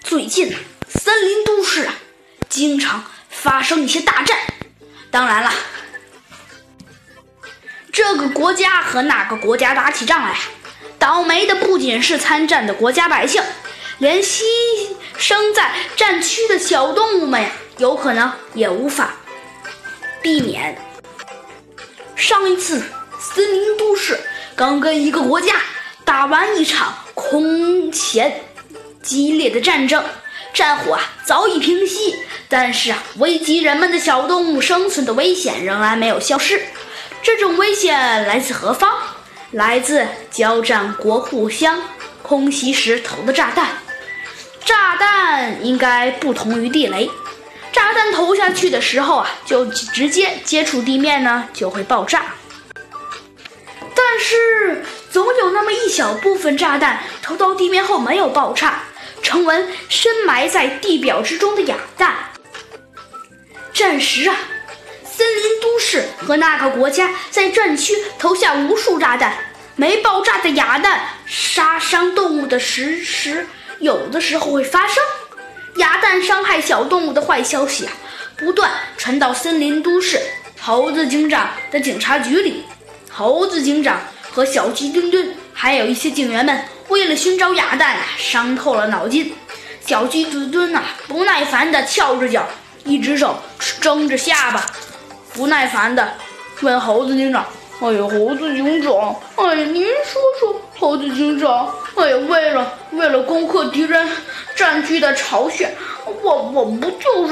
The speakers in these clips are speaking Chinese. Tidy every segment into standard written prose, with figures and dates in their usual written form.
最近森林都市啊，经常发生一些大战。当然了，这个国家和那个国家打起仗来，倒霉的不仅是参战的国家百姓，连牺牲在战区的小动物们呀，有可能也无法避免。上一次森林都市刚跟一个国家打完一场空前激烈的战争，战火早已平息，但是危及人们的小动物生存的危险仍然没有消失。这种危险来自何方？来自交战国互相空袭时投的炸弹。炸弹应该不同于地雷，炸弹投下去的时候就直接接触地面呢，就会爆炸。但是总有那么一小部分炸弹投到地面后没有爆炸，成为深埋在地表之中的哑弹。战时森林都市和那个国家在战区投下无数炸弹，没爆炸的哑弹杀伤动物的时有的时候会发生。哑弹伤害小动物的坏消息不断传到森林都市猴子警长的警察局里。猴子警长和小鸡墩墩还有一些警员们为了寻找哑弹伤透了脑筋。小鸡墩墩不耐烦地翘着脚，一只手睁着下巴，不耐烦地问猴子警长：“哎呀，猴子警长，哎呀，您说说，猴子警长，哎呀，为了攻克敌人占据的巢穴，我不就是……”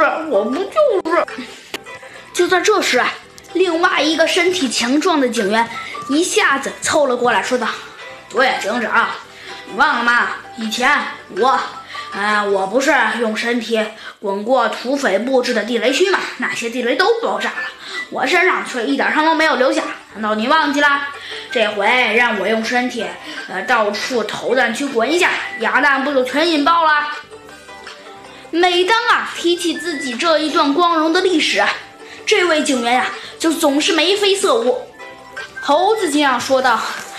就在这时另外一个身体强壮的警员一下子凑了过来，说道：“对，警长，你忘了吗？以前我不是用身体滚过土匪布置的地雷区吗？那些地雷都爆炸了，我身上却一点伤都没有留下。难道你忘记了？这回让我用身体到处投弹去滚一下，哑弹不就全引爆了？”每当提起自己这一段光荣的历史这位警员就总是眉飞色舞。猴子警长说道：“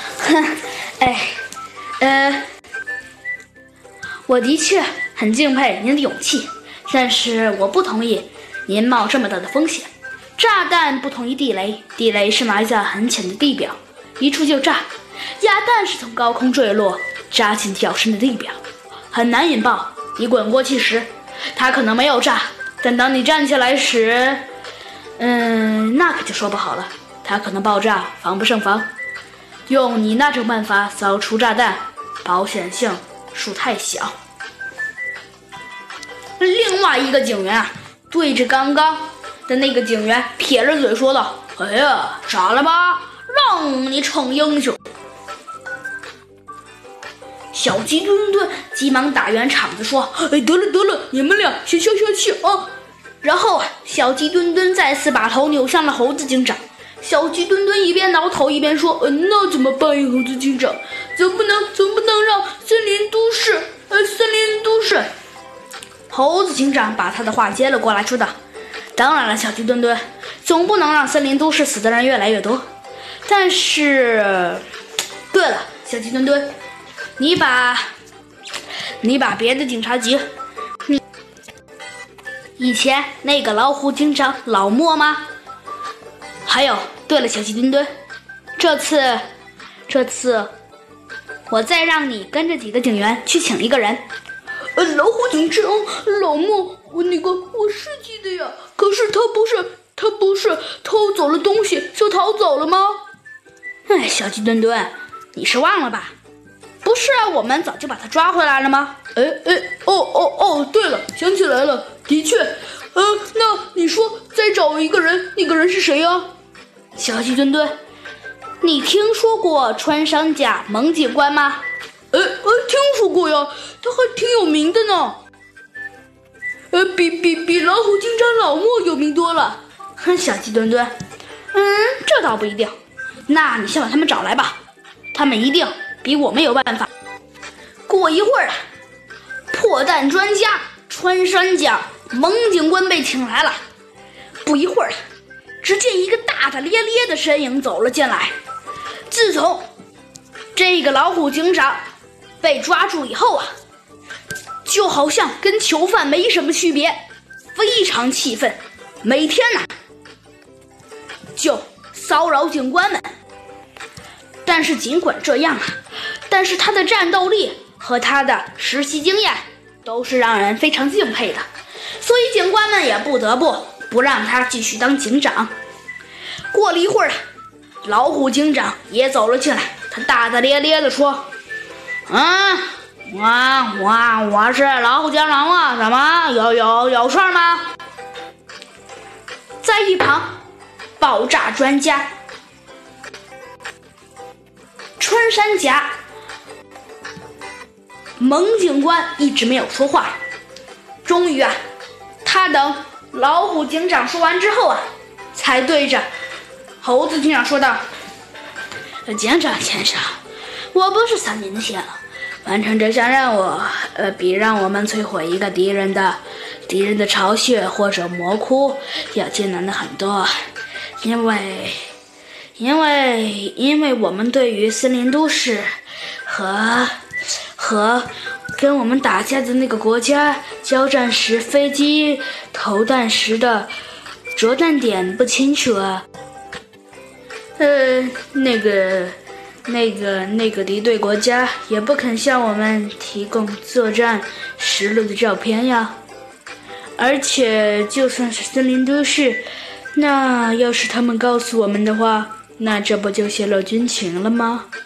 我的确很敬佩您的勇气，但是我不同意您冒这么大的风险。炸弹不同于地雷，地雷是埋在很浅的地表，一触就炸；哑弹是从高空坠落，扎进较深的地表，很难引爆。你滚过去时，它可能没有炸，但当你站起来时，那可就说不好了，它可能爆炸，防不胜防。用你那种办法扫除炸弹，保险性数太小。”另外一个警员对着刚刚的那个警员撇着嘴说道：“哎呀，傻了吧，让你逞英雄！”小鸡墩墩急忙打圆场子说：“得了，你们俩先消消气啊！”然后小鸡墩墩再次把头扭向了猴子警长。小鸡墩墩一边挠头一边说：“那怎么办呀，猴子警长？总不能让森林都市……猴子警长把他的话接了过来，说道：“当然了，小鸡墩墩，总不能让森林都市死的人越来越多。但是，对了，小鸡墩墩，你把别的警察局，以前那个老虎警长老莫吗？还有，对了，小鸡墩墩，这次，我再让你跟着几个警员去请一个人。”老虎警长老莫，我是记得呀，可是他不是偷走了东西就逃走了吗？小鸡墩墩，你是忘了吧？不是我们早就把他抓回来了吗？对了，想起来了，的确。那你说再找一个人，那个人是谁呀？小鸡墩墩，你听说过穿山甲蒙警官吗？听说过呀，他还挺有名的呢。比老虎警长老莫有名多了。小鸡墩墩，这倒不一定。那你先把他们找来吧，他们一定比我们有办法。过一会儿破弹专家穿山甲蒙警官被请来了。不一会儿只见一个大大咧咧的身影走了进来。自从这个老虎警长被抓住以后就好像跟囚犯没什么区别，非常气愤，每天就骚扰警官们。但是尽管这样但是他的战斗力和他的实习经验都是让人非常敬佩的，所以警官们也不得不让他继续当警长。过了一会儿老虎警长也走了进来，他大大咧咧地说：“我是老虎警长啊，怎么有事吗？”在一旁，爆炸专家穿山甲蒙警官一直没有说话，终于他等老虎警长说完之后才对着猴子警长说道：“警长先生，我不是森林的仙了，完成这项任务比让我们摧毁一个敌人的巢穴或者魔窟要艰难的很多，因为我们对于森林都市和跟我们打架的那个国家交战时飞机投弹时的着弹点不清楚那个敌对国家也不肯向我们提供作战实录的照片呀。而且就算是森林都市，那要是他们告诉我们的话，那这不就泄露军情了吗？